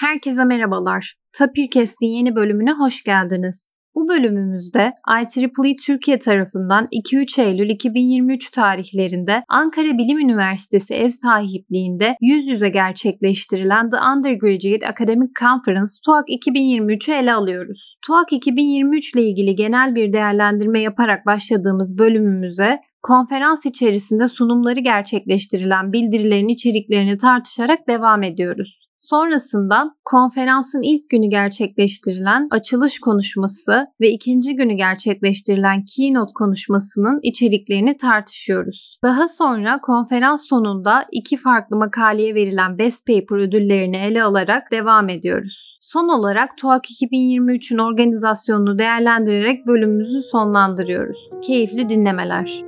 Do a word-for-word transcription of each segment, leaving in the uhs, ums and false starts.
Herkese merhabalar. Tapirkest'in yeni bölümüne hoş geldiniz. Bu bölümümüzde I E E E Türkiye tarafından iki üç Eylül iki bin yirmi üç tarihlerinde Ankara Bilim Üniversitesi ev sahipliğinde yüz yüze gerçekleştirilen The Undergraduate Academic Conference T U A K iki bin yirmi üç'ü ele alıyoruz. T U A K iki bin yirmi üç ile ilgili genel bir değerlendirme yaparak başladığımız bölümümüze konferans içerisinde sunumları gerçekleştirilen bildirilerin içeriklerini tartışarak devam ediyoruz. Sonrasında konferansın ilk günü gerçekleştirilen açılış konuşması ve ikinci günü gerçekleştirilen keynote konuşmasının içeriklerini tartışıyoruz. Daha sonra konferans sonunda iki farklı makaleye verilen Best Paper ödüllerini ele alarak devam ediyoruz. Son olarak T U A K iki bin yirmi üç'ün organizasyonunu değerlendirerek bölümümüzü sonlandırıyoruz. Keyifli dinlemeler.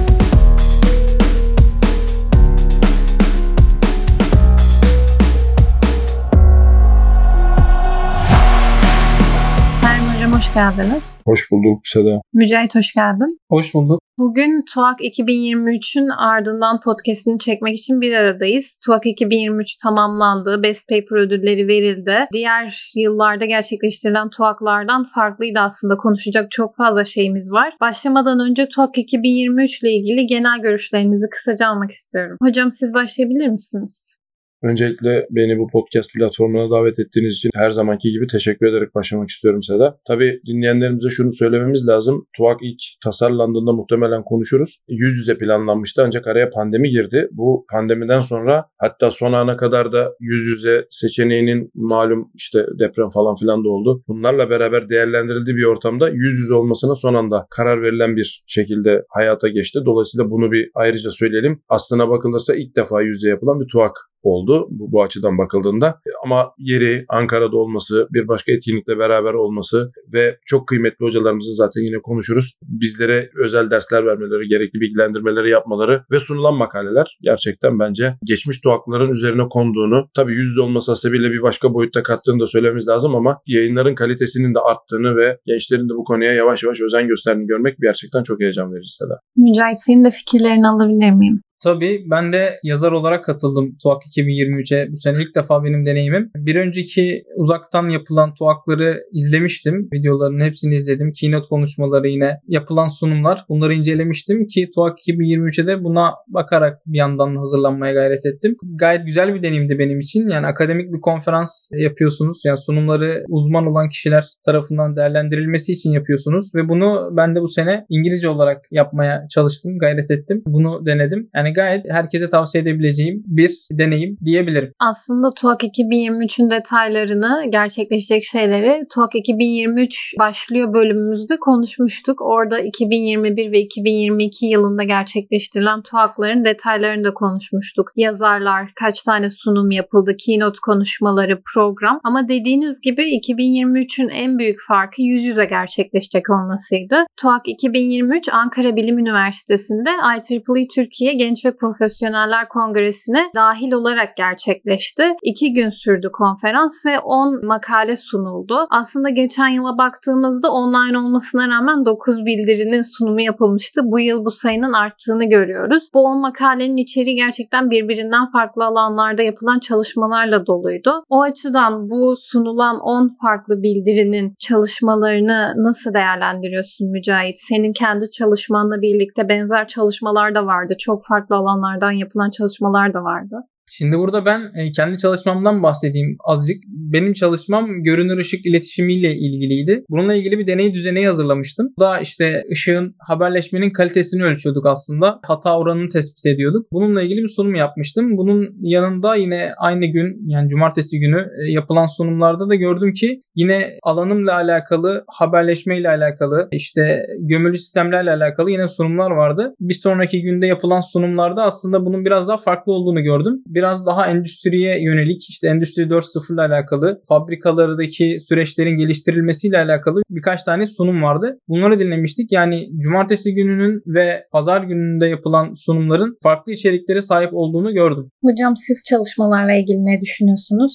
Hoş geldiniz. Hoş bulduk Seda. Mücahit hoş geldin. Hoş bulduk. Bugün T U A K iki bin yirmi üç'ün ardından podcast'ini çekmek için bir aradayız. T U A K iki bin yirmi üç tamamlandı. Best Paper ödülleri verildi. Diğer yıllarda gerçekleştirilen T U A K'lardan farklıydı aslında. Konuşacak çok fazla şeyimiz var. Başlamadan önce T U A K iki bin yirmi üç ile ilgili genel görüşlerinizi kısaca almak istiyorum. Hocam siz başlayabilir misiniz? Öncelikle beni bu podcast platformuna davet ettiğiniz için her zamanki gibi teşekkür ederek başlamak istiyorum Seda. Tabii dinleyenlerimize şunu söylememiz lazım. T U A K ilk tasarlandığında muhtemelen konuşuruz. Yüz yüze planlanmıştı ancak araya pandemi girdi. Bu pandemiden sonra hatta son ana kadar da yüz yüze seçeneğinin malum işte deprem falan filan da oldu. Bunlarla beraber değerlendirildiği bir ortamda yüz yüze olmasına son anda karar verilen bir şekilde hayata geçti. Dolayısıyla bunu bir ayrıca söyleyelim. Aslına bakılırsa ilk defa yüz yüze yapılan bir T U A K oldu bu, bu açıdan bakıldığında. Ama yeri Ankara'da olması, bir başka etkinlikle beraber olması ve çok kıymetli hocalarımızı zaten yine konuşuruz. Bizlere özel dersler vermeleri, gerekli bilgilendirmeleri yapmaları ve sunulan makaleler gerçekten bence geçmiş T U A K'ların üzerine konduğunu, tabii yüz yüze olması hasebiyle bir başka boyutta kattığını da söylememiz lazım ama yayınların kalitesinin de arttığını ve gençlerin de bu konuya yavaş yavaş özen gösterdiğini görmek gerçekten çok heyecan verici Seda. Mücahit, senin de fikirlerini alabilir miyim? Tabii ben de yazar olarak katıldım T U A K iki bin yirmi üç'e. Bu sene ilk defa benim deneyimim. Bir önceki uzaktan yapılan T U A K'ları izlemiştim. Videolarının hepsini izledim. Keynote konuşmaları, yine yapılan sunumlar. Bunları incelemiştim ki T U A K iki bin yirmi üç'e de buna bakarak bir yandan hazırlanmaya gayret ettim. Gayet güzel bir deneyimdi benim için. Yani akademik bir konferans yapıyorsunuz. Yani sunumları uzman olan kişiler tarafından değerlendirilmesi için yapıyorsunuz. Ve bunu ben de bu sene İngilizce olarak yapmaya çalıştım. Gayret ettim. Bunu denedim. Yani gayet herkese tavsiye edebileceğim bir deneyim diyebilirim. Aslında T U A K iki bin yirmi üç'ün detaylarını, gerçekleşecek şeyleri T U A K iki bin yirmi üç başlıyor bölümümüzde konuşmuştuk. Orada iki bin yirmi bir ve iki bin yirmi iki yılında gerçekleştirilen T U A K'ların detaylarını da konuşmuştuk. Yazarlar, kaç tane sunum yapıldı, keynote konuşmaları, program. Ama dediğiniz gibi iki bin yirmi üç'ün en büyük farkı yüz yüze gerçekleşecek olmasıydı. T U A K iki bin yirmi üç Ankara Bilim Üniversitesi'nde I E E E Türkiye Genç ve Profesyoneller Kongresi'ne dahil olarak gerçekleşti. İki gün sürdü konferans ve on makale sunuldu. Aslında geçen yıla baktığımızda online olmasına rağmen dokuz bildirinin sunumu yapılmıştı. Bu yıl bu sayının arttığını görüyoruz. Bu on makalenin içeriği gerçekten birbirinden farklı alanlarda yapılan çalışmalarla doluydu. O açıdan bu sunulan on farklı bildirinin çalışmalarını nasıl değerlendiriyorsun Mücahit? Senin kendi çalışmanla birlikte benzer çalışmalar da vardı. Çok farklı alanlardan yapılan çalışmalar da vardı. Şimdi burada ben kendi çalışmamdan bahsedeyim azıcık. Benim çalışmam görünür ışık iletişimiyle ilgiliydi. Bununla ilgili bir deney düzeneği hazırlamıştım. Bu da işte ışığın, haberleşmenin kalitesini ölçüyorduk aslında. Hata oranını tespit ediyorduk. Bununla ilgili bir sunum yapmıştım. Bunun yanında yine aynı gün, yani cumartesi günü yapılan sunumlarda da gördüm ki yine alanımla alakalı, haberleşmeyle alakalı, işte gömülü sistemlerle alakalı yine sunumlar vardı. Bir sonraki günde yapılan sunumlarda aslında bunun biraz daha farklı olduğunu gördüm. Biraz daha endüstriye yönelik, işte Endüstri dört nokta sıfır ile alakalı, fabrikalardaki süreçlerin geliştirilmesiyle alakalı birkaç tane sunum vardı. Bunları dinlemiştik. Yani cumartesi gününün ve pazar gününde yapılan sunumların farklı içeriklere sahip olduğunu gördüm. Hocam siz çalışmalarla ilgili ne düşünüyorsunuz?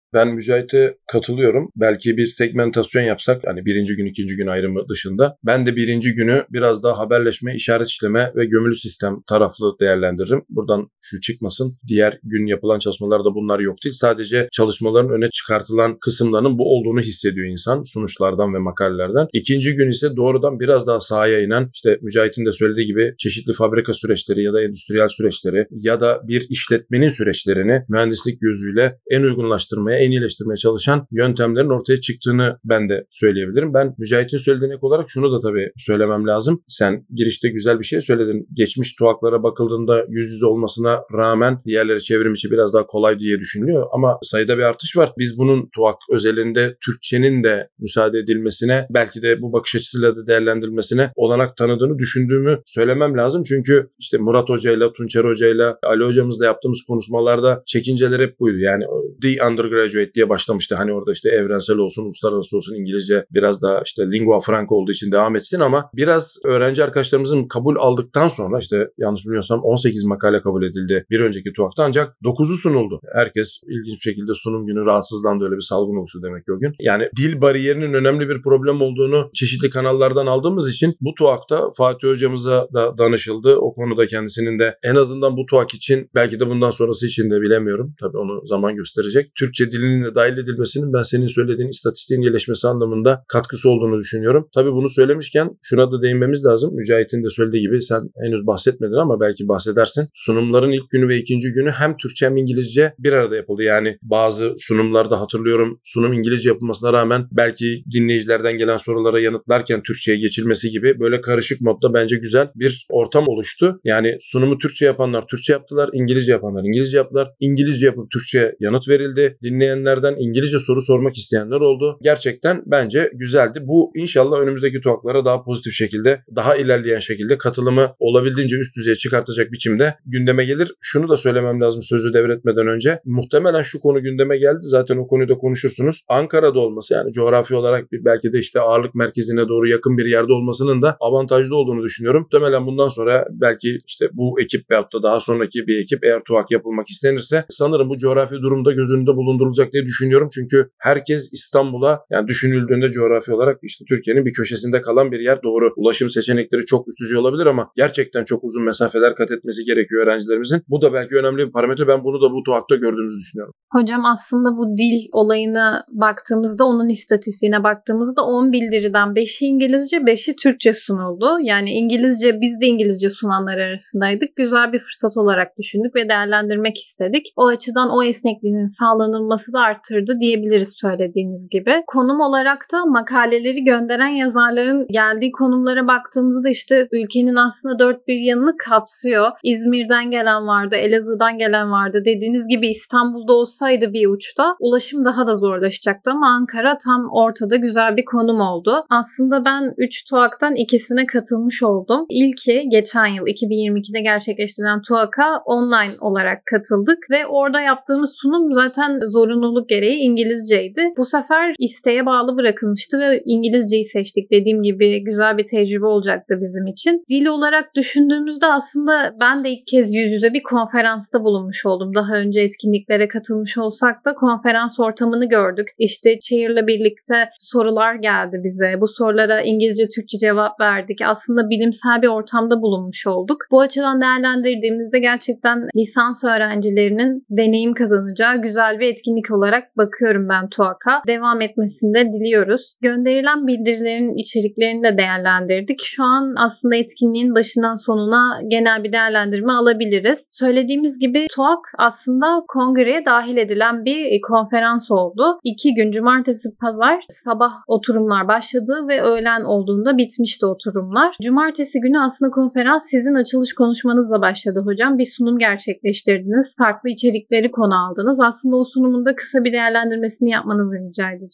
Ben Mücahit'e katılıyorum. Belki bir segmentasyon yapsak, hani birinci gün, ikinci gün ayrımı dışında. Ben de birinci günü biraz daha haberleşme, işaret işleme ve gömülü sistem taraflı değerlendiririm. Buradan şu çıkmasın. Diğer gün yapılan çalışmalarda bunlar yok değil. Sadece çalışmaların öne çıkartılan kısımlarının bu olduğunu hissediyor insan sonuçlardan ve makalelerden. İkinci gün ise doğrudan biraz daha sahaya inen, işte Mücahit'in de söylediği gibi çeşitli fabrika süreçleri ya da endüstriyel süreçleri ya da bir işletmenin süreçlerini mühendislik gözüyle en uygunlaştırmaya, en iyileştirmeye çalışan yöntemlerin ortaya çıktığını ben de söyleyebilirim. Ben Mücahit'in söylediğine ek olarak şunu da tabii söylemem lazım. Sen girişte güzel bir şey söyledin. Geçmiş TUAK'lara bakıldığında yüz yüze olmasına rağmen diğerleri çevrim içi biraz daha kolay diye düşünülüyor ama sayıda bir artış var. Biz bunun TUAK özelinde Türkçenin de müsaade edilmesine, belki de bu bakış açısıyla da değerlendirilmesine olanak tanıdığını düşündüğümü söylemem lazım. Çünkü işte Murat Hoca'yla, Tunçer Hoca'yla, Ali Hocamızla yaptığımız konuşmalarda çekinceler hep buydu. Yani The Undergraduate diye başlamıştı. Hani orada işte evrensel olsun, uluslararası olsun, İngilizce biraz daha işte lingua franca olduğu için devam etsin ama biraz öğrenci arkadaşlarımızın kabul aldıktan sonra, işte yanlış bilmiyorsam on sekiz makale kabul edildi bir önceki TUAK'ta, ancak dokuzu sunuldu. Herkes ilginç bir şekilde sunum günü rahatsızlandı, öyle bir salgın oluştu demek ki o gün. Yani dil bariyerinin önemli bir problem olduğunu çeşitli kanallardan aldığımız için bu TUAK'ta Fatih hocamıza da danışıldı. O konuda kendisinin de en azından bu TUAK için, belki de bundan sonrası için de bilemiyorum. Tabii onu zaman gösterecek. Türkçe dilinin de dahil edilmesinin ben senin söylediğin istatistiğin iyileşmesi anlamında katkısı olduğunu düşünüyorum. Tabii bunu söylemişken şuna da değinmemiz lazım. Mücahit'in de söylediği gibi, sen henüz bahsetmedin ama belki bahsedersin. Sunumların ilk günü ve ikinci günü hem Türkçe hem İngilizce bir arada yapıldı. Yani bazı sunumlarda hatırlıyorum, sunum İngilizce yapılmasına rağmen belki dinleyicilerden gelen sorulara yanıtlarken Türkçe'ye geçilmesi gibi böyle karışık modda bence güzel bir ortam oluştu. Yani sunumu Türkçe yapanlar Türkçe yaptılar, İngilizce yapanlar İngilizce yaptılar. İngilizce yapıp Türkçe yanıt verildi. Dinleyenlerden İngilizce soru sormak isteyenler oldu. Gerçekten bence güzeldi. Bu inşallah önümüzdeki TUAK'lara daha pozitif şekilde, daha ilerleyen şekilde katılımı olabildiğince üst düzeye çıkartacak biçimde gündeme gelir. Şunu da söylemem lazım sözü devretmeden önce. Muhtemelen şu konu gündeme geldi. Zaten o konuyu da konuşursunuz. Ankara'da olması, yani coğrafi olarak bir, belki de işte ağırlık merkezine doğru yakın bir yerde olmasının da avantajlı olduğunu düşünüyorum. Muhtemelen bundan sonra belki işte bu ekip veyahut da daha sonraki bir ekip, eğer TUAK yapılmak istenirse, sanırım bu coğrafi durumda göz önünde bulundurulacak diye düşünüyorum. Çünkü herkes İstanbul'a, yani düşünüldüğünde coğrafi olarak işte Türkiye'nin bir köşesinde kalan bir yer, doğru. Ulaşım seçenekleri çok üst düzey olabilir ama gerçekten çok uzun mesafeler kat etmesi gerekiyor öğrencilerimizin. Bu da belki önemli bir parametre. Ben bunu da bu TUAK'ta gördüğümüzü düşünüyorum. Hocam aslında bu dil olayına baktığımızda, onun istatistiğine baktığımızda on bildiriden beşi İngilizce, beşi Türkçe sunuldu. Yani İngilizce, biz de İngilizce sunanlar arasındaydık. Güzel bir fırsat olarak düşündük ve değerlendirmek istedik. O açıdan o esnekliğin sağlanılması da arttırdı diyebiliriz söylediğiniz gibi. Konum olarak da makaleleri gönderen yazarların geldiği konumlara baktığımızda işte ülkenin aslında dört bir yanını kapsıyor. İzmir'den gelen vardı, Elazığ'dan gelen vardı. Dediğiniz gibi İstanbul'da olsaydı bir uçta ulaşım daha da zorlaşacaktı ama Ankara tam ortada güzel bir konum oldu. Aslında ben üç TUAK'tan ikisine katılmış oldum. İlki geçen yıl iki bin yirmi ikide gerçekleştirilen TUAK'a online olarak katıldık ve orada yaptığımız sunum zaten zorunluluk gereği İngilizceydi. Bu sefer isteğe bağlı bırakılmıştı ve İngilizceyi seçtik. Dediğim gibi güzel bir tecrübe olacaktı bizim için. Dil olarak düşündüğümüzde aslında ben de ilk kez yüz yüze bir konferansta bulunmuş oldum. Daha önce etkinliklere katılmış olsak da konferans ortamını gördük. İşte Chair'la birlikte sorular geldi bize. Bu sorulara İngilizce, Türkçe cevap verdik. Aslında bilimsel bir ortamda bulunmuş olduk. Bu açıdan değerlendirdiğimizde gerçekten lisans öğrencilerinin deneyim kazanacağı güzel bir etkinlik olarak bakıyorum ben TUAK'a. Devam etmesini de diliyoruz. Gönderilen bildirilerin içeriklerini de değerlendirdik. Şu an aslında etkinliğin başından sonuna genel bir değerlendirme alabiliriz. Söylediğimiz gibi TUAK aslında kongreye dahil edilen bir konferans oldu. İki gün, cumartesi, pazar sabah oturumlar başladı ve öğlen olduğunda bitmişti oturumlar. Cumartesi günü aslında konferans sizin açılış konuşmanızla başladı hocam. Bir sunum gerçekleştirdiniz. Farklı içerikleri konu aldınız. Aslında o sunumun da kısa bir değerlendirmesini yapmanızı rica edeceğim.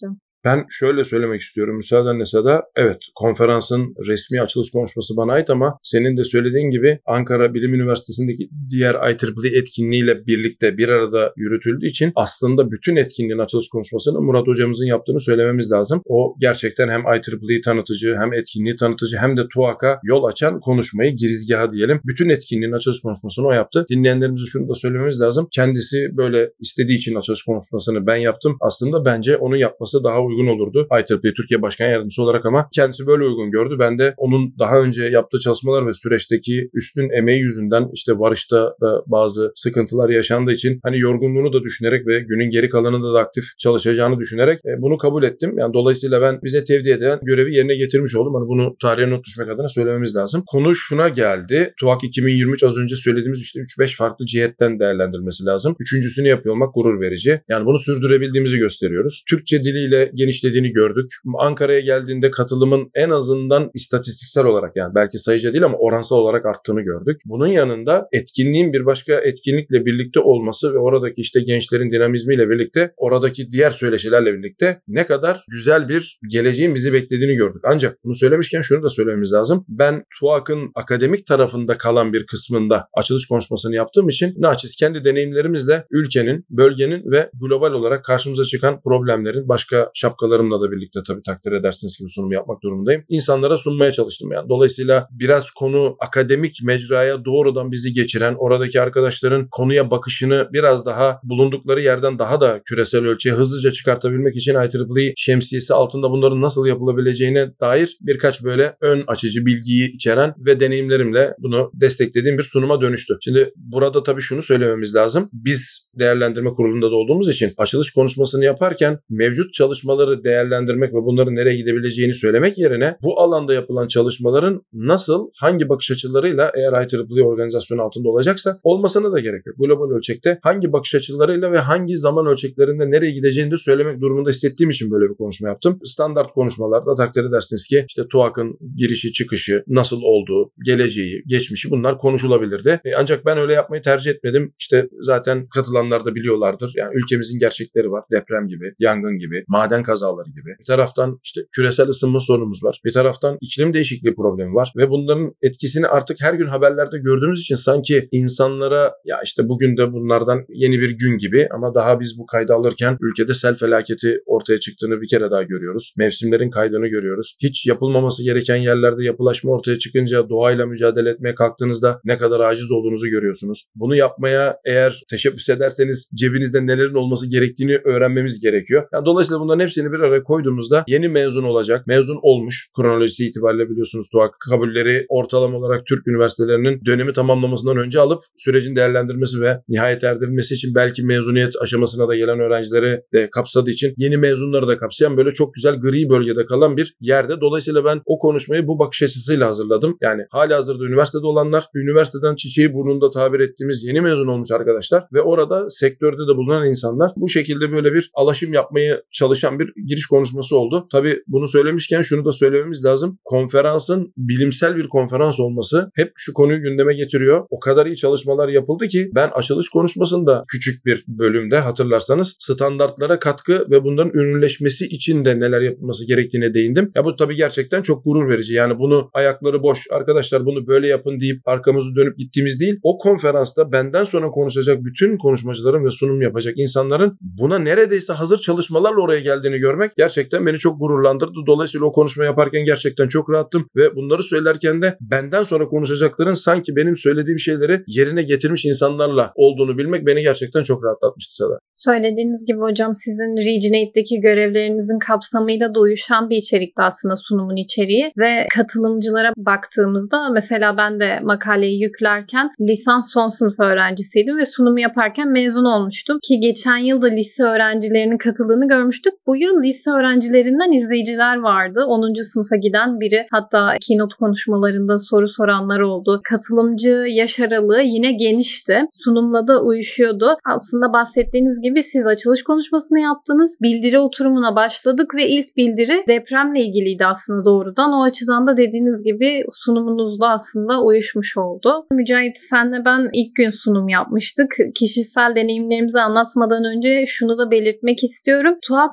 Ben şöyle söylemek istiyorum müsaadenle Seda. Evet, konferansın resmi açılış konuşması bana ait ama senin de söylediğin gibi Ankara Bilim Üniversitesi'ndeki diğer I E E E etkinliğiyle birlikte bir arada yürütüldüğü için aslında bütün etkinliğin açılış konuşmasını Murat hocamızın yaptığını söylememiz lazım. O gerçekten hem I E E E tanıtıcı, hem etkinliği tanıtıcı, hem de TUAK'a yol açan konuşmayı, girizgahı diyelim. Bütün etkinliğin açılış konuşmasını o yaptı. Dinleyenlerimize şunu da söylememiz lazım. Kendisi böyle istediği için açılış konuşmasını ben yaptım. Aslında bence onun yapması daha uygun olurdu. I E E E Türkiye Başkan Yardımcısı olarak ama kendisi böyle uygun gördü. Ben de onun daha önce yaptığı çalışmalar ve süreçteki üstün emeği yüzünden işte varışta da bazı sıkıntılar yaşandığı için hani yorgunluğunu da düşünerek ve günün geri kalanında da aktif çalışacağını düşünerek e, bunu kabul ettim. Yani dolayısıyla ben bize tevdi edilen görevi yerine getirmiş oldum. Hani bunu tarihe not düşmek adına söylememiz lazım. Konu şuna geldi. TUAK iki bin yirmi üç az önce söylediğimiz işte üç beş farklı cihetten değerlendirilmesi lazım. Üçüncüsünü yapıyor olmak gurur verici. Yani bunu sürdürebildiğimizi gösteriyoruz. Türkçe diliyle genişlediğini gördük. Ankara'ya geldiğinde katılımın en azından istatistiksel olarak, yani belki sayıca değil ama oransal olarak arttığını gördük. Bunun yanında etkinliğin bir başka etkinlikle birlikte olması ve oradaki işte gençlerin dinamizmiyle birlikte, oradaki diğer söyleşilerle birlikte ne kadar güzel bir geleceğin bizi beklediğini gördük. Ancak bunu söylemişken şunu da söylememiz lazım. Ben TUAK'ın akademik tarafında kalan bir kısmında açılış konuşmasını yaptığım için naçiz kendi deneyimlerimizle ülkenin, bölgenin ve global olarak karşımıza çıkan problemlerin, başka şapkalarımla da birlikte tabii takdir edersiniz ki bu sunumu yapmak durumundayım, İnsanlara sunmaya çalıştım yani. Dolayısıyla biraz konu akademik mecraya doğrudan bizi geçiren, oradaki arkadaşların konuya bakışını biraz daha bulundukları yerden daha da küresel ölçüye hızlıca çıkartabilmek için I E E E şemsiyesi altında bunların nasıl yapılabileceğine dair birkaç böyle ön açıcı bilgiyi içeren ve deneyimlerimle bunu desteklediğim bir sunuma dönüştü. Şimdi burada tabii şunu söylememiz lazım. Biz değerlendirme kurulunda da olduğumuz için açılış konuşmasını yaparken mevcut çalışmaları değerlendirmek ve bunların nereye gidebileceğini söylemek yerine bu alanda yapılan çalışmaların nasıl, hangi bakış açılarıyla, eğer I E E E organizasyonu altında olacaksa olmasına da gerek yok. Global ölçekte hangi bakış açılarıyla ve hangi zaman ölçeklerinde nereye gideceğini de söylemek durumunda hissettiğim için böyle bir konuşma yaptım. Standart konuşmalarda takdir edersiniz ki işte TUAK'ın girişi, çıkışı, nasıl olduğu, geleceği, geçmişi, bunlar konuşulabilirdi. E ancak ben öyle yapmayı tercih etmedim. İşte zaten katılanlar da biliyorlardır. Yani ülkemizin gerçekleri var. Deprem gibi, yangın gibi, maden kazaları gibi. Bir taraftan işte küresel ısınma sorunumuz var. Bir taraftan iklim değişikliği problemi var ve bunların etkisini artık her gün haberlerde gördüğümüz için sanki insanlara ya işte bugün de bunlardan yeni bir gün gibi, ama daha biz bu kaydı alırken ülkede sel felaketi ortaya çıktığını bir kere daha görüyoruz. Mevsimlerin kaydını görüyoruz. Hiç yapılmaması gereken yerlerde yapılaşma ortaya çıkınca doğayla mücadele etmeye kalktığınızda ne kadar aciz olduğunuzu görüyorsunuz. Bunu yapmaya eğer teşebbüs ederseniz cebinizde nelerin olması gerektiğini öğrenmemiz gerekiyor. Yani dolayısıyla bunların hepsini bir araya koyduğumuzda yeni mezun olacak, mezun olmuş, kronolojisi itibariyle biliyorsunuz TUAK kabulleri ortalama olarak Türk üniversitelerinin dönemi tamamlamasından önce alıp sürecin değerlendirmesi ve nihayet erdirilmesi için belki mezuniyet aşamasına da gelen öğrencileri de kapsadığı için yeni mezunları da kapsayan böyle çok güzel gri bölgede kalan bir yerde. Dolayısıyla ben o konuşmayı bu bakış açısıyla hazırladım. Yani halihazırda üniversitede olanlar, üniversiteden çiçeği burnunda tabir ettiğimiz yeni mezun olmuş arkadaşlar ve orada sektörde de bulunan insanlar, bu şekilde böyle bir alaşım yapmaya çalışan bir giriş konuşması oldu. Tabii bunu söylemişken şunu da söylememiz lazım. Konferansın bilimsel bir konferans olması hep şu konuyu gündeme getiriyor. O kadar iyi çalışmalar yapıldı ki ben açılış konuşmasında küçük bir bölümde hatırlarsanız standartlara katkı ve bunların ürünleşmesi için de neler yapılması gerektiğine değindim. Ya bu tabii gerçekten çok gurur verici. Yani bunu ayakları boş, arkadaşlar bunu böyle yapın deyip arkamızı dönüp gittiğimiz değil. O konferansta benden sonra konuşacak bütün konuşmacıların ve sunum yapacak insanların buna neredeyse hazır çalışmalarla oraya geldiğini görmek gerçekten beni çok gururlandırdı. Dolayısıyla o konuşma yaparken gerçekten çok rahattım ve bunları söylerken de benden sonra konuşacakların sanki benim söylediğim şeyleri yerine getirmiş insanlarla olduğunu bilmek beni gerçekten çok rahatlatmıştı Seda. Söylediğiniz gibi hocam, sizin Regionate'deki görevlerinizin kapsamıyla da uyuşan bir içerikti aslında sunumun içeriği ve katılımcılara baktığımızda mesela ben de makaleyi yüklerken lisans son sınıf öğrencisiydim ve sunumu yaparken mezun olmuştum ki geçen yıl da lise öğrencilerinin katıldığını görmüştük. Bu yıl lise öğrencilerinden izleyiciler vardı. onuncu sınıfa giden biri, hatta keynote konuşmalarında soru soranlar oldu. Katılımcı yaş aralığı yine genişti. Sunumla da uyuşuyordu. Aslında bahsettiğiniz gibi siz açılış konuşmasını yaptınız. Bildiri oturumuna başladık ve ilk bildiri depremle ilgiliydi aslında doğrudan. O açıdan da dediğiniz gibi sunumunuzda aslında uyuşmuş oldu. Mücahit, senle ben ilk gün sunum yapmıştık. Kişisel deneyimlerimizi anlatmadan önce şunu da belirtmek istiyorum. TUAK iki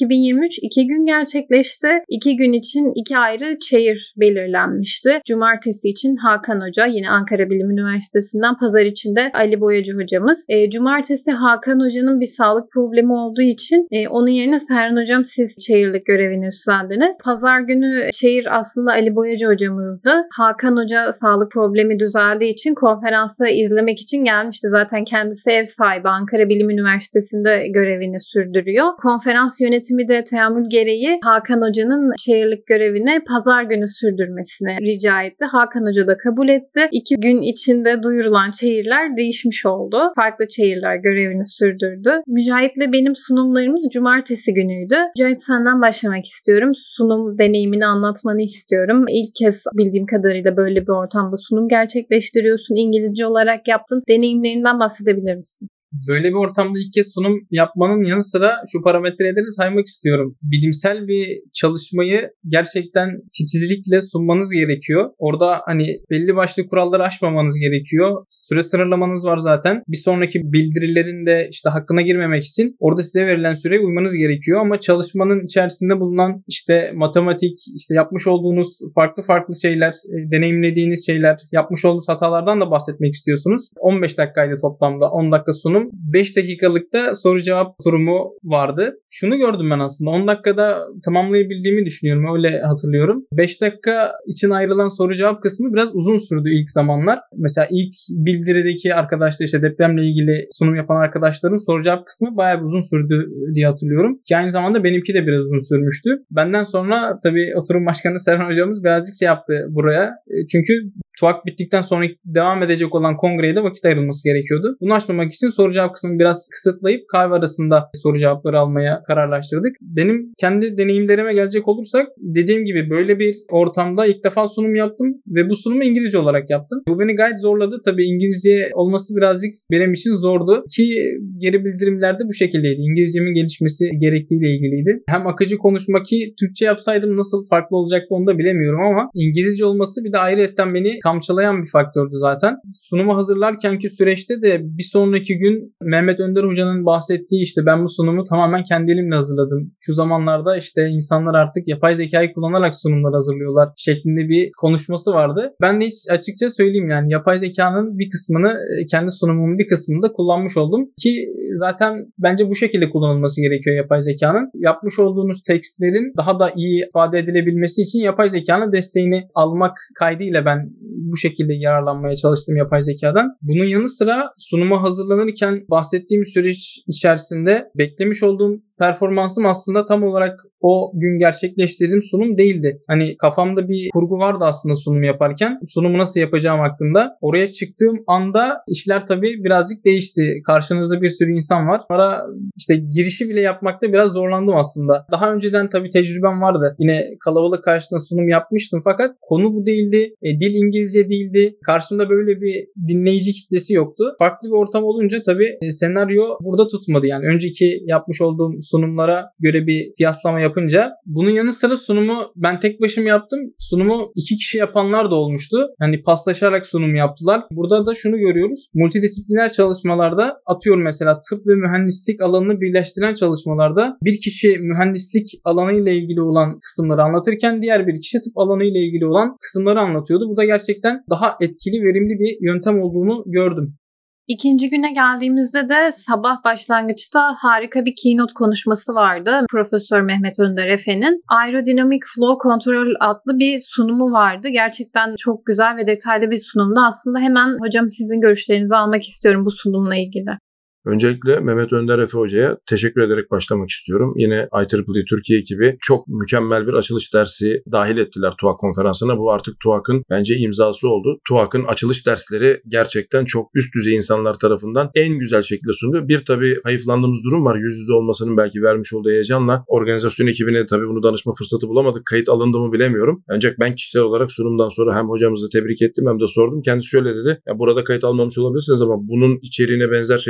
iki bin yirmi üç iki gün gerçekleşti. İki gün için iki ayrı çayır belirlenmişti. Cumartesi için Hakan Hoca, yine Ankara Bilim Üniversitesi'nden, pazar için de Ali Boyacı hocamız. E, cumartesi Hakan Hoca'nın bir sağlık problemi olduğu için e, onun yerine Serhan Hocam siz çayırlık görevini üstlendiniz. Pazar günü çayır aslında Ali Boyacı hocamızdı. Hakan Hoca sağlık problemi düzeldiği için konferansı izlemek için gelmişti. Zaten kendisi ev sahibi, Ankara Bilim Üniversitesi'nde görevini sürdürüyor. Konferans yönetimi de teamül gereği Hakan Hoca'nın çayırlık görevini pazar günü sürdürmesini rica etti. Hakan Hoca da kabul etti. İki gün içinde duyurulan çayırlar değişmiş oldu. Farklı çayırlar görevini sürdürdü. Mücahit'le benim sunumlarımız cumartesi günüydü. Mücahit, senden başlamak istiyorum. Sunum deneyimini anlatmanı istiyorum. İlk kez bildiğim kadarıyla böyle bir ortamda sunum gerçekleştiriyorsun. İngilizce olarak yaptın. Deneyimlerinden bahsedebilir misin? Böyle bir ortamda ilk kez sunum yapmanın yanı sıra şu parametreleri saymak istiyorum. Bilimsel bir çalışmayı gerçekten titizlikle sunmanız gerekiyor. Orada hani belli başlı kuralları aşmamanız gerekiyor. Süre sınırlamanız var zaten. Bir sonraki bildirilerin de işte hakkına girmemek için orada size verilen süreye uymanız gerekiyor. Ama çalışmanın içerisinde bulunan işte matematik, işte yapmış olduğunuz farklı farklı şeyler, deneyimlediğiniz şeyler, yapmış olduğunuz hatalardan da bahsetmek istiyorsunuz. on beş dakikaydı toplamda. on dakika sunum. beş dakikalıkta soru cevap durumu vardı. Şunu gördüm ben aslında. on dakikada tamamlayabildiğimi düşünüyorum. Öyle hatırlıyorum. beş dakika için ayrılan soru cevap kısmı biraz uzun sürdü ilk zamanlar. Mesela ilk bildirideki arkadaşlar, işte depremle ilgili sunum yapan arkadaşların soru cevap kısmı bayağı bir uzun sürdü diye hatırlıyorum. Ki aynı zamanda benimki de biraz uzun sürmüştü. Benden sonra tabii oturum başkanı Serhan hocamız birazcık şey yaptı buraya. Çünkü TUAK bittikten sonra devam edecek olan kongreye de vakit ayrılması gerekiyordu. Bunu açmamak için soru cevap kısmını biraz kısıtlayıp kahve arasında soru cevapları almaya kararlaştırdık. Benim kendi deneyimlerime gelecek olursak, dediğim gibi böyle bir ortamda ilk defa sunum yaptım ve bu sunumu İngilizce olarak yaptım. Bu beni gayet zorladı. Tabii İngilizce olması birazcık benim için zordu ki geri bildirimler de bu şekildeydi. İngilizcemin gelişmesi gerektiğiyle ilgiliydi. Hem akıcı konuşmak, ki Türkçe yapsaydım nasıl farklı olacaktı onu da bilemiyorum, ama İngilizce olması bir de ayrıyetten beni kamçılayan bir faktördü zaten. Sunumu hazırlarkenki süreçte de bir sonraki gün Mehmet Önder Hoca'nın bahsettiği, işte ben bu sunumu tamamen kendi elimle hazırladım. Şu zamanlarda işte insanlar artık yapay zekayı kullanarak sunumlar hazırlıyorlar şeklinde bir konuşması vardı. Ben de hiç açıkça söyleyeyim, yani yapay zekanın bir kısmını, kendi sunumumun bir kısmını da kullanmış oldum ki zaten bence bu şekilde kullanılması gerekiyor yapay zekanın. Yapmış olduğunuz tekstlerin daha da iyi ifade edilebilmesi için yapay zekanın desteğini almak kaydıyla ben bu şekilde yararlanmaya çalıştım yapay zekadan. Bunun yanı sıra sunuma hazırlanırken bahsettiğim süreç içerisinde beklemiş olduğum performansım aslında tam olarak o gün gerçekleştirdiğim sunum değildi. Hani kafamda bir kurgu vardı aslında sunum yaparken. Sunumu nasıl yapacağım hakkında. Oraya çıktığım anda işler tabii birazcık değişti. Karşınızda bir sürü insan var. Sonra işte girişi bile yapmakta biraz zorlandım aslında. Daha önceden tabii tecrübem vardı. Yine kalabalık karşısında sunum yapmıştım, fakat konu bu değildi. E, dil İngilizce değildi. Karşımda böyle bir dinleyici kitlesi yoktu. Farklı bir ortam olunca tabii e, senaryo burada tutmadı. Yani önceki yapmış olduğum sunumlara göre bir kıyaslama yapınca. Bunun yanı sıra sunumu ben tek başıma yaptım. Sunumu iki kişi yapanlar da olmuştu. Hani paslaşarak sunum yaptılar. Burada da şunu görüyoruz. Multidisipliner çalışmalarda, atıyorum mesela tıp ve mühendislik alanını birleştiren çalışmalarda bir kişi mühendislik alanıyla ilgili olan kısımları anlatırken diğer bir kişi tıp alanıyla ilgili olan kısımları anlatıyordu. Bu da gerçekten daha etkili, verimli bir yöntem olduğunu gördüm. İkinci güne geldiğimizde de sabah başlangıçta harika bir keynote konuşması vardı. Profesör Mehmet Önder Efe'nin Aerodynamic Flow Control adlı bir sunumu vardı. Gerçekten çok güzel ve detaylı bir sunumdu. Aslında hemen hocam sizin görüşlerinizi almak istiyorum bu sunumla ilgili. Öncelikle Mehmet Önder Efe Hoca'ya teşekkür ederek başlamak istiyorum. Yine I E E E Türkiye ekibi çok mükemmel bir açılış dersi dahil ettiler TUAK konferansına. Bu artık TUAK'ın bence imzası oldu. TUAK'ın açılış dersleri gerçekten çok üst düzey insanlar tarafından en güzel şekilde sunuluyor. Bir tabii hayıflandığımız durum var. Yüz yüze olmasının belki vermiş olduğu heyecanla organizasyon ekibine tabii bunu danışma fırsatı bulamadık. Kayıt alındı mı bilemiyorum. Ancak ben kişisel olarak sunumdan sonra hem hocamızı tebrik ettim hem de sordum. Kendisi şöyle dedi. Ya burada kayıt almamış olabilirsiniz ama bunun içeriğine benzer şeyleri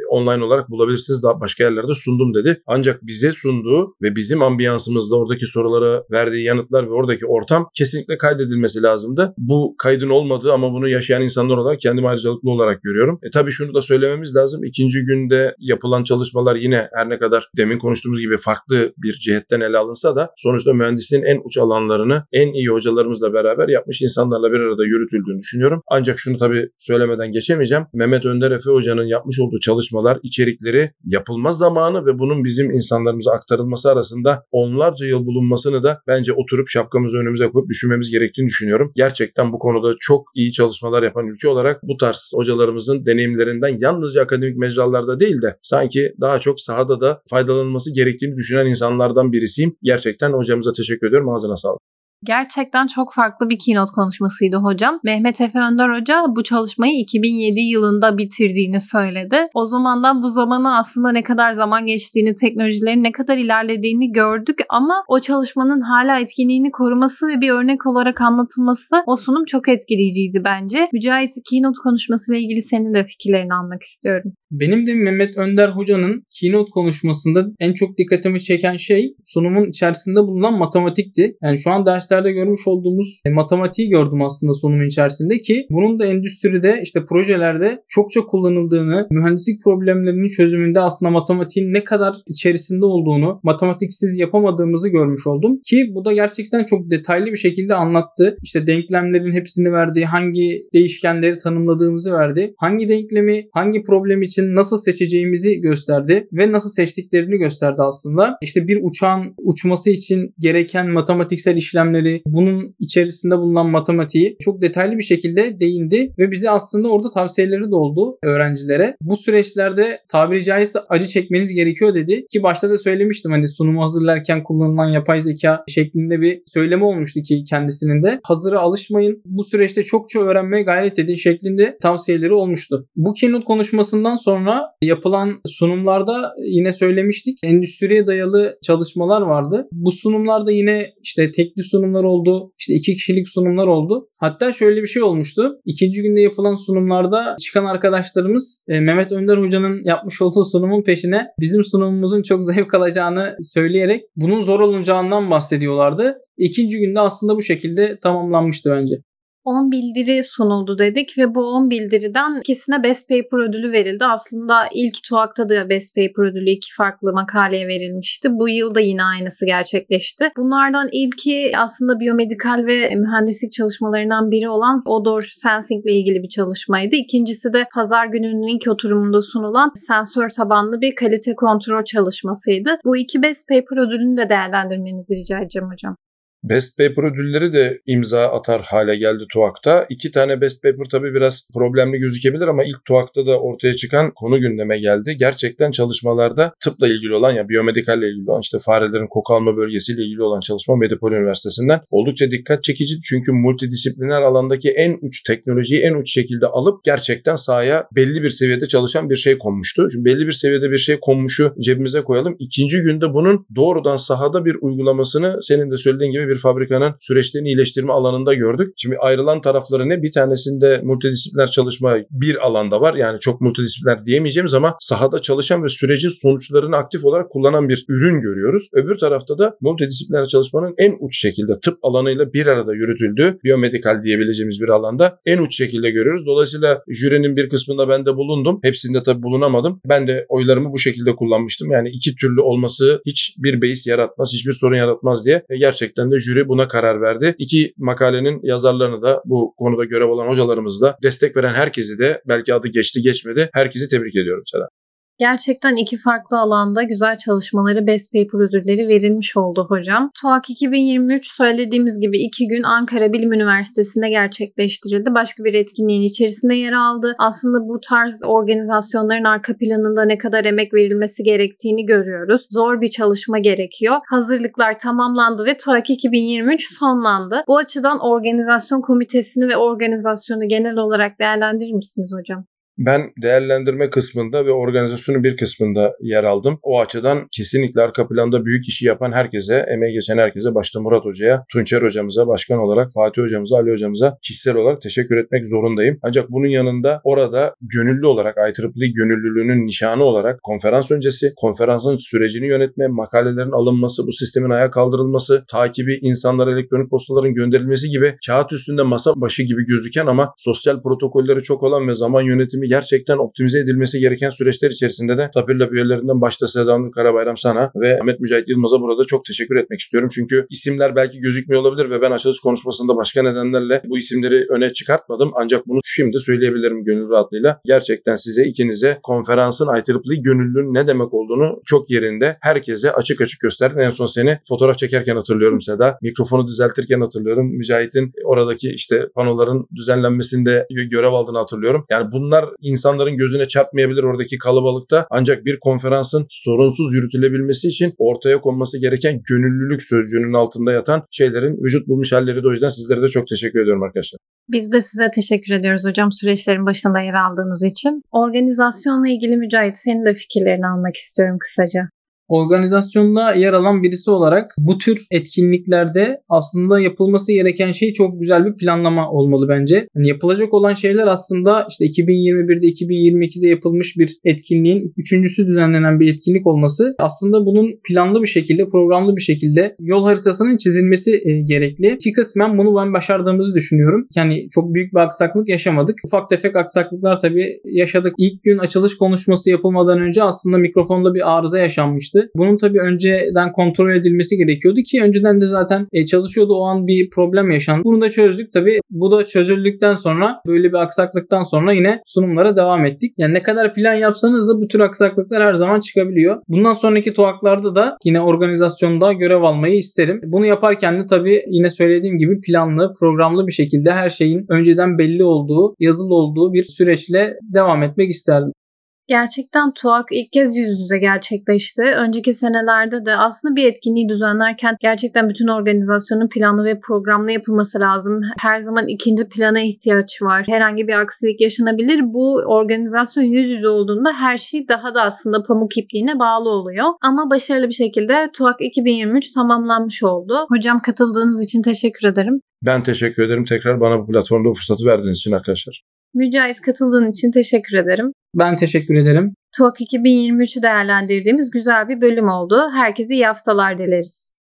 online olarak bulabilirsiniz. Daha başka yerlerde sundum dedi. Ancak bize sunduğu ve bizim ambiyansımızda oradaki sorulara verdiği yanıtlar ve oradaki ortam kesinlikle kaydedilmesi lazımdı. Bu kaydın olmadığı ama bunu yaşayan insanlar olarak kendimi ayrıcalıklı olarak görüyorum. E tabii şunu da söylememiz lazım. İkinci günde yapılan çalışmalar yine her ne kadar demin konuştuğumuz gibi farklı bir cihetten ele alınsa da sonuçta mühendisliğin en uç alanlarını en iyi hocalarımızla beraber yapmış insanlarla bir arada yürütüldüğünü düşünüyorum. Ancak şunu tabii söylemeden geçemeyeceğim. Mehmet Önder Efe Hoca'nın yapmış olduğu çalışmalar, içerikleri, yapılma zamanı ve bunun bizim insanlarımıza aktarılması arasında onlarca yıl bulunmasını da bence oturup şapkamızı önümüze koyup düşünmemiz gerektiğini düşünüyorum. Gerçekten bu konuda çok iyi çalışmalar yapan ülke olarak bu tarz hocalarımızın deneyimlerinden yalnızca akademik mecralarda değil de sanki daha çok sahada da faydalanılması gerektiğini düşünen insanlardan birisiyim. Gerçekten hocamıza teşekkür ediyorum. Ağzına sağlık. Gerçekten çok farklı bir keynote konuşmasıydı hocam. Mehmet Efe Önder Hoca bu çalışmayı iki bin yedi yılında bitirdiğini söyledi. O zamandan bu zamana aslında ne kadar zaman geçtiğini, teknolojilerin ne kadar ilerlediğini gördük ama o çalışmanın hala etkinliğini koruması ve bir örnek olarak anlatılması, o sunum çok etkileyiciydi bence. Mücahit, keynote konuşmasıyla ilgili senin de fikirlerini almak istiyorum. Benim de Mehmet Önder Hoca'nın keynote konuşmasında en çok dikkatimi çeken şey sunumun içerisinde bulunan matematikti. Yani şu an derslerde görmüş olduğumuz e, matematiği gördüm aslında sunumun içerisinde ki bunun da endüstride işte projelerde çokça kullanıldığını, mühendislik problemlerinin çözümünde aslında matematiğin ne kadar içerisinde olduğunu, matematiksiz yapamadığımızı görmüş oldum. Ki bu da gerçekten çok detaylı bir şekilde anlattı. İşte denklemlerin hepsini verdi, hangi değişkenleri tanımladığımızı verdi, hangi denklemi, hangi problem için nasıl seçeceğimizi gösterdi ve nasıl seçtiklerini gösterdi aslında. İşte bir uçağın uçması için gereken matematiksel işlemleri, bunun içerisinde bulunan matematiği çok detaylı bir şekilde değindi ve bize aslında orada tavsiyeleri de oldu öğrencilere. Bu süreçlerde tabiri caizse acı çekmeniz gerekiyor dedi ki başta da söylemiştim, hani sunumu hazırlarken kullanılan yapay zeka şeklinde bir söylemi olmuştu ki kendisinin de. Hazıra alışmayın, bu süreçte çokça öğrenmeye gayret edin şeklinde tavsiyeleri olmuştu. Bu keynote konuşmasından sonra yapılan sunumlarda yine söylemiştik, endüstriye dayalı çalışmalar vardı. Bu sunumlarda yine işte tekli sunumlar oldu, işte iki kişilik sunumlar oldu. Hatta şöyle bir şey olmuştu. İkinci günde yapılan sunumlarda çıkan arkadaşlarımız e, Mehmet Önder Hoca'nın yapmış olduğu sunumun peşine bizim sunumumuzun çok zevk alacağını söyleyerek bunun zor olacağından bahsediyorlardı. İkinci günde aslında bu şekilde tamamlanmıştı bence. on bildiri sunuldu dedik ve bu on bildiriden ikisine Best Paper ödülü verildi. Aslında ilk TUAK'ta da Best Paper ödülü iki farklı makaleye verilmişti. Bu yıl da yine aynısı gerçekleşti. Bunlardan ilki aslında biyomedikal ve mühendislik çalışmalarından biri olan Odor Sensing ile ilgili bir çalışmaydı. İkincisi de pazar gününün ilk oturumunda sunulan sensör tabanlı bir kalite kontrol çalışmasıydı. Bu iki Best Paper ödülünü de değerlendirmenizi rica edeceğim hocam. Best Paper ödülleri de imza atar hale geldi TUAK'ta. İki tane Best Paper tabii biraz problemli gözükebilir ama ilk TUAK'ta da ortaya çıkan konu gündeme geldi. Gerçekten çalışmalarda tıpla ilgili olan, ya biyomedikalle ilgili olan, işte farelerin koku alma bölgesiyle ilgili olan çalışma Medipol Üniversitesi'nden oldukça dikkat çekici. Çünkü multidisipliner alandaki en uç teknolojiyi en uç şekilde alıp gerçekten sahaya belli bir seviyede çalışan bir şey konmuştu. Şimdi belli bir seviyede bir şey konmuşu cebimize koyalım. İkinci günde bunun doğrudan sahada bir uygulamasını senin de söylediğin gibi bir fabrikanın süreçlerini iyileştirme alanında gördük. Şimdi ayrılan tarafları ne? Bir tanesinde multidisipliner çalışma bir alanda var. Yani çok multidisipliner diyemeyeceğimiz ama sahada çalışan ve sürecin sonuçlarını aktif olarak kullanan bir ürün görüyoruz. Öbür tarafta da multidisipliner çalışmanın en uç şekilde tıp alanıyla bir arada yürütüldüğü biyomedikal diyebileceğimiz bir alanda en uç şekilde görüyoruz. Dolayısıyla jürinin bir kısmında ben de bulundum. Hepsinde tabii bulunamadım. Ben de oylarımı bu şekilde kullanmıştım. Yani iki türlü olması hiçbir beis yaratmaz, hiçbir sorun yaratmaz diye. Ve gerçekten de jüri buna karar verdi. İki makalenin yazarlarını da, bu konuda görev alan hocalarımızı da, destek veren herkesi de, belki adı geçti geçmedi, herkesi tebrik ediyorum Selam. Gerçekten iki farklı alanda güzel çalışmaları, Best Paper ödülleri verilmiş oldu hocam. TUAK iki bin yirmi üç söylediğimiz gibi iki gün Ankara Bilim Üniversitesi'nde gerçekleştirildi. Başka bir etkinliğin içerisinde yer aldı. Aslında bu tarz organizasyonların arka planında ne kadar emek verilmesi gerektiğini görüyoruz. Zor bir çalışma gerekiyor. Hazırlıklar tamamlandı ve TUAK iki bin yirmi üç sonlandı. Bu açıdan organizasyon komitesini ve organizasyonu genel olarak değerlendirir misiniz hocam? Ben değerlendirme kısmında ve organizasyonun bir kısmında yer aldım. O açıdan kesinlikle arka planda büyük işi yapan herkese, emeği geçen herkese, başta Murat Hoca'ya, Tunçer Hocamıza, başkan olarak Fatih Hocamıza, Ali Hocamıza kişisel olarak teşekkür etmek zorundayım. Ancak bunun yanında orada gönüllü olarak, I E E E gönüllülüğünün nişanı olarak konferans öncesi, konferansın sürecini yönetme, makalelerin alınması, bu sistemin ayağa kaldırılması, takibi, insanlara elektronik postaların gönderilmesi gibi kağıt üstünde masa başı gibi gözüken ama sosyal protokolleri çok olan ve zaman yönetimi gerçekten optimize edilmesi gereken süreçler içerisinde de Tapirlab üyelerinden başta Seda Nur Karabayram sana ve Ahmet Mücahit Yılmaz'a burada çok teşekkür etmek istiyorum. Çünkü isimler belki gözükmüyor olabilir ve ben açılış konuşmasında başka nedenlerle bu isimleri öne çıkartmadım. Ancak bunu şimdi söyleyebilirim gönül rahatlığıyla. Gerçekten size, ikinize konferansın I E E E gönüllülüğün ne demek olduğunu çok yerinde herkese açık açık gösterdin. En son seni fotoğraf çekerken hatırlıyorum Seda. Mikrofonu düzeltirken hatırlıyorum. Mücahit'in oradaki işte panoların düzenlenmesinde görev aldığını hatırlıyorum. Yani bunlar insanların gözüne çarpmayabilir oradaki kalabalıkta. Ancak bir konferansın sorunsuz yürütülebilmesi için ortaya konması gereken gönüllülük sözcüğünün altında yatan şeylerin vücut bulmuş halleri de, o yüzden sizlere de çok teşekkür ediyorum arkadaşlar. Biz de size teşekkür ediyoruz hocam süreçlerin başında yer aldığınız için. Organizasyonla ilgili Mücahit, senin de fikirlerini almak istiyorum kısaca. Organizasyonda yer alan birisi olarak bu tür etkinliklerde aslında yapılması gereken şey çok güzel bir planlama olmalı bence. Yani yapılacak olan şeyler aslında işte iki bin yirmi birde iki bin yirmi ikide yapılmış bir etkinliğin üçüncüsü düzenlenen bir etkinlik olması. Aslında bunun planlı bir şekilde, programlı bir şekilde yol haritasının çizilmesi e, gerekli. Ki kısmen bunu ben başardığımızı düşünüyorum. Yani çok büyük bir aksaklık yaşamadık. Ufak tefek aksaklıklar tabii yaşadık. İlk gün açılış konuşması yapılmadan önce aslında mikrofonda bir arıza yaşanmıştı. Bunun tabii önceden kontrol edilmesi gerekiyordu ki önceden de zaten çalışıyordu, o an bir problem yaşandı. Bunu da çözdük tabii. Bu da çözüldükten sonra, böyle bir aksaklıktan sonra yine sunumlara devam ettik. Yani ne kadar plan yapsanız da bu tür aksaklıklar her zaman çıkabiliyor. Bundan sonraki TUAK'larda da yine organizasyonda görev almayı isterim. Bunu yaparken de tabii yine söylediğim gibi planlı, programlı bir şekilde her şeyin önceden belli olduğu, yazılı olduğu bir süreçle devam etmek isterdim. Gerçekten TUAK ilk kez yüz yüze gerçekleşti. Önceki senelerde de aslında bir etkinliği düzenlerken gerçekten bütün organizasyonun planlı ve programlı yapılması lazım. Her zaman ikinci plana ihtiyaç var. Herhangi bir aksilik yaşanabilir. Bu organizasyon yüz yüze olduğunda her şey daha da aslında pamuk ipliğine bağlı oluyor. Ama başarılı bir şekilde TUAK iki bin yirmi üç tamamlanmış oldu. Hocam, katıldığınız için teşekkür ederim. Ben teşekkür ederim. Tekrar bana bu platformda bu fırsatı verdiğiniz için arkadaşlar. Mücahit, katıldığın için teşekkür ederim. Ben teşekkür ederim. TUAK iki bin yirmi üçü değerlendirdiğimiz güzel bir bölüm oldu. Herkese iyi haftalar dileriz.